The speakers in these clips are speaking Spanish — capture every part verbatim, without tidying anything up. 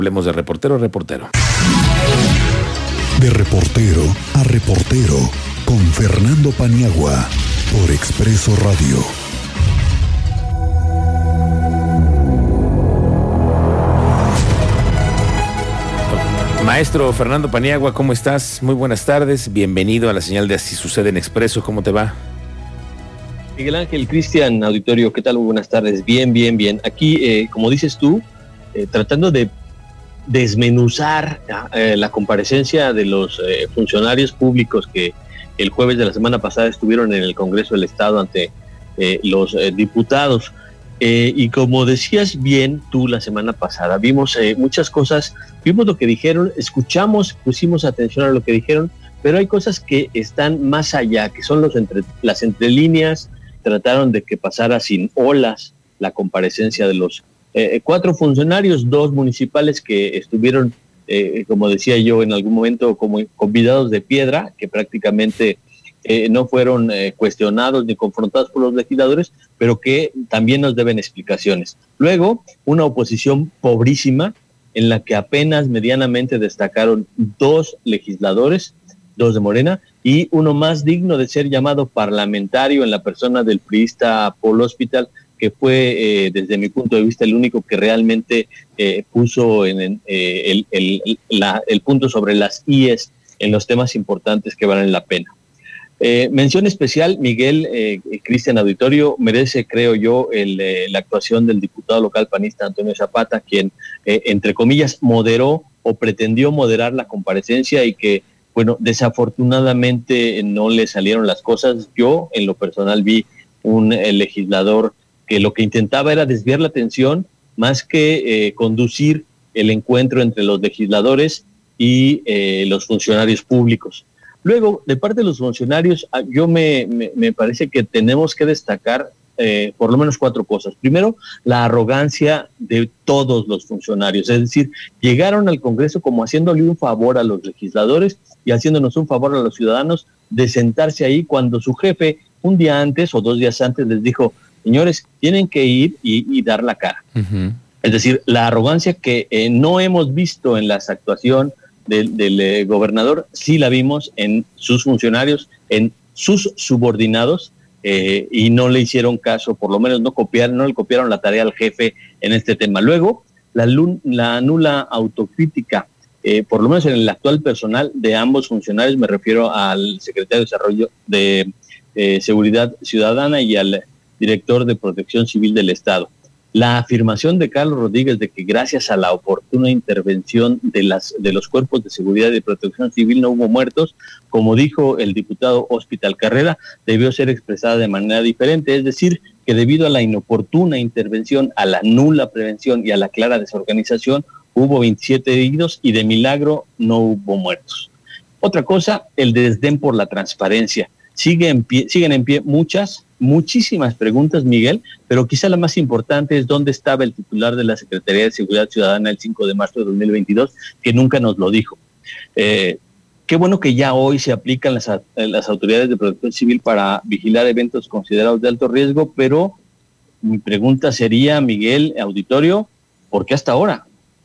Hablemos de reportero a reportero. De reportero a reportero con Fernando Paniagua por Expreso Radio. Maestro Fernando Paniagua, ¿cómo estás? Muy buenas tardes, bienvenido a la señal de Así Sucede en Expreso, ¿cómo te va? Miguel Ángel, Cristian, auditorio, ¿qué tal? Muy buenas tardes, bien, bien, bien. Aquí, eh, como dices tú, eh, tratando de desmenuzar eh, la comparecencia de los eh, funcionarios públicos que el jueves de la semana pasada estuvieron en el Congreso del Estado ante eh, los eh, diputados. Eh, y como decías bien tú la semana pasada, vimos eh, muchas cosas, vimos lo que dijeron, escuchamos, pusimos atención a lo que dijeron, pero hay cosas que están más allá, que son los entre, las entrelíneas. Trataron de que pasara sin olas la comparecencia de los eh, cuatro funcionarios, dos municipales que estuvieron, eh, como decía yo en algún momento, como convidados de piedra, que prácticamente eh, no fueron eh, cuestionados ni confrontados por los legisladores, pero que también nos deben explicaciones. Luego, una oposición pobrísima, en la que apenas medianamente destacaron dos legisladores, dos de Morena, y uno más digno de ser llamado parlamentario en la persona del priista Paul Hospital, que fue, eh, desde mi punto de vista, el único que realmente eh, puso en, en, eh, el, el, la, el punto sobre las íes en los temas importantes que valen la pena. Eh, mención especial, Miguel, eh, Cristian Auditorio, merece, creo yo, el, eh, la actuación del diputado local panista Antonio Zapata, quien, eh, entre comillas, moderó o pretendió moderar la comparecencia y que, bueno, desafortunadamente no le salieron las cosas. Yo, en lo personal, vi un eh, legislador que lo que intentaba era desviar la atención más que eh, conducir el encuentro entre los legisladores y eh, los funcionarios públicos. Luego, de parte de los funcionarios, yo me, me, me parece que tenemos que destacar eh, por lo menos cuatro cosas. Primero, la arrogancia de todos los funcionarios, es decir, llegaron al Congreso como haciéndole un favor a los legisladores y haciéndonos un favor a los ciudadanos de sentarse ahí cuando su jefe un día antes o dos días antes les dijo: señores, tienen que ir y, y dar la cara. Uh-huh. Es decir, la arrogancia que eh, no hemos visto en la actuación del, del eh, gobernador, sí la vimos en sus funcionarios, en sus subordinados, eh, y no le hicieron caso, por lo menos no copiaron, no le copiaron la tarea al jefe en este tema. Luego, la, la nula autocrítica, eh, por lo menos en el actual personal de ambos funcionarios, me refiero al secretario de Desarrollo de eh, Seguridad Ciudadana y al director de Protección Civil del Estado. La afirmación de Carlos Rodríguez de que gracias a la oportuna intervención de, las, de los cuerpos de seguridad y de protección civil no hubo muertos, como dijo el diputado Hospital Carrera, debió ser expresada de manera diferente, es decir, que debido a la inoportuna intervención, a la nula prevención y a la clara desorganización, hubo veintisiete heridos y de milagro no hubo muertos. Otra cosa, el desdén por la transparencia. Sigue en pie, siguen en pie muchas, muchísimas preguntas, Miguel, pero quizá la más importante es dónde estaba el titular de la Secretaría de Seguridad Ciudadana el cinco de marzo de dos mil veintidós, que nunca nos lo dijo. Eh, qué bueno que ya hoy se aplican las, las autoridades de protección civil para vigilar eventos considerados de alto riesgo, pero mi pregunta sería, Miguel, auditorio, ¿por qué hasta ahora?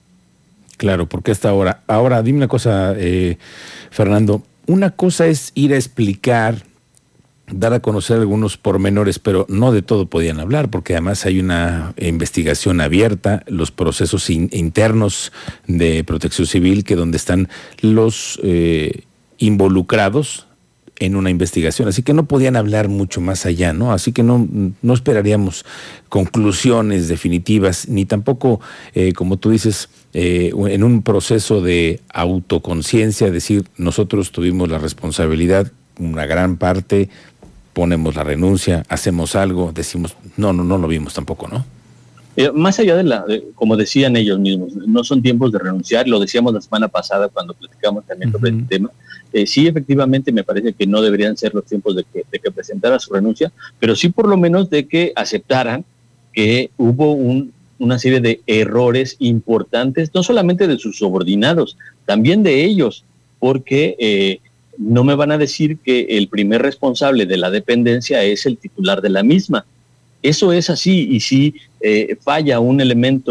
Claro, ¿por qué hasta ahora? Ahora, dime una cosa, eh, Fernando, una cosa es ir a explicar, dar a conocer algunos pormenores, pero no de todo podían hablar, porque además hay una investigación abierta, los procesos in, internos de Protección Civil, que donde están los eh, involucrados en una investigación, así que no podían hablar mucho más allá, ¿no? Así que no, no esperaríamos conclusiones definitivas, ni tampoco, eh, como tú dices, eh, en un proceso de autoconciencia, decir, nosotros tuvimos la responsabilidad, una gran parte, ponemos la renuncia, hacemos algo, decimos, no, no, no lo vimos tampoco, ¿no? Eh, más allá de la, de, como decían ellos mismos, no son tiempos de renunciar, lo decíamos la semana pasada cuando platicamos también uh-huh. sobre el tema. Eh, sí, efectivamente, me parece que no deberían ser los tiempos de que, de que presentara su renuncia, pero sí por lo menos de que aceptaran que hubo un, una serie de errores importantes, no solamente de sus subordinados, también de ellos, porque eh, no me van a decir que el primer responsable de la dependencia es el titular de la misma. Eso es así, y si eh, falla un elemento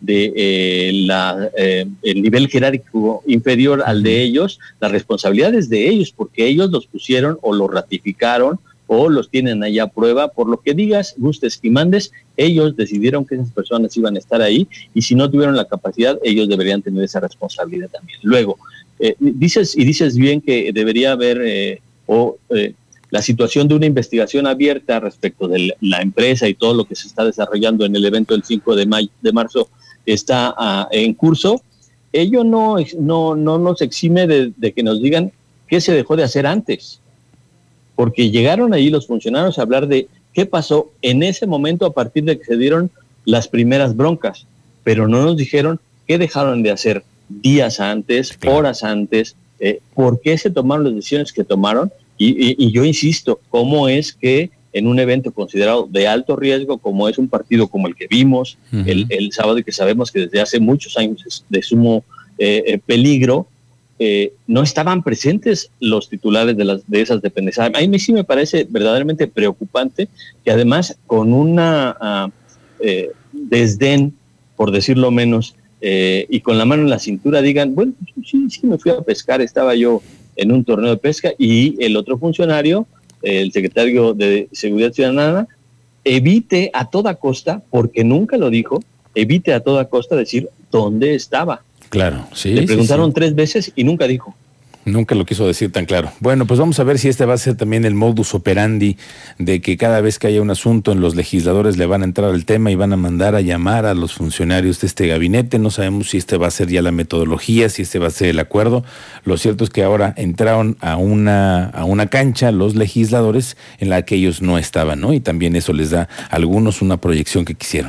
de eh, la, eh, el nivel jerárquico inferior al de ellos, la responsabilidad es de ellos, porque ellos los pusieron o los ratificaron o los tienen allá a prueba. Por lo que digas, gustes y mandes, ellos decidieron que esas personas iban a estar ahí, y si no tuvieron la capacidad, ellos deberían tener esa responsabilidad también. Luego, eh, dices y dices bien que debería haber eh, o eh, la situación de una investigación abierta respecto de la empresa y todo lo que se está desarrollando en el evento del cinco de mayo, de marzo, está uh, en curso. Ello no, no, no nos exime de, de que nos digan qué se dejó de hacer antes, porque llegaron ahí los funcionarios a hablar de qué pasó en ese momento a partir de que se dieron las primeras broncas, pero no nos dijeron qué dejaron de hacer días antes, claro. horas antes, eh, por qué se tomaron las decisiones que tomaron, y, y, y yo insisto, cómo es que en un evento considerado de alto riesgo, como es un partido como el que vimos uh-huh. el, el sábado, y que sabemos que desde hace muchos años es de sumo eh, eh, peligro, eh, no estaban presentes los titulares de, las, de esas dependencias. A mí sí me parece verdaderamente preocupante que además con una uh, eh, desdén, por decirlo menos, eh, y con la mano en la cintura digan, bueno, sí, sí me fui a pescar, estaba yo en un torneo de pesca, y el otro funcionario, el secretario de Seguridad Ciudadana, evite a toda costa, porque nunca lo dijo, evite a toda costa decir dónde estaba. Claro, sí. Le preguntaron sí, sí. tres veces y nunca dijo. Nunca lo quiso decir tan claro. Bueno, pues vamos a ver si este va a ser también el modus operandi de que cada vez que haya un asunto en los legisladores le van a entrar al tema y van a mandar a llamar a los funcionarios de este gabinete. No sabemos si este va a ser ya la metodología, si este va a ser el acuerdo. Lo cierto es que ahora entraron a una, a una cancha los legisladores en la que ellos no estaban, ¿no? Y también eso les da a algunos una proyección que quisieron.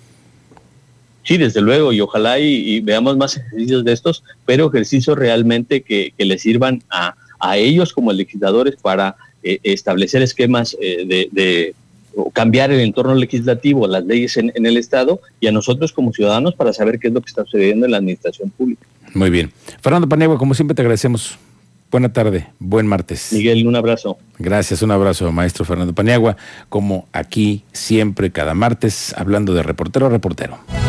Sí, desde luego, y ojalá y, y veamos más ejercicios de estos, pero ejercicios realmente que, que les sirvan a, a ellos como legisladores para eh, establecer esquemas eh, de, de o cambiar el entorno legislativo, las leyes en, en el Estado, y a nosotros como ciudadanos para saber qué es lo que está sucediendo en la administración pública. Muy bien. Fernando Paniagua, como siempre te agradecemos. Buena tarde, buen martes. Miguel, un abrazo. Gracias, un abrazo, maestro Fernando Paniagua, como aquí siempre cada martes, hablando de reportero a reportero.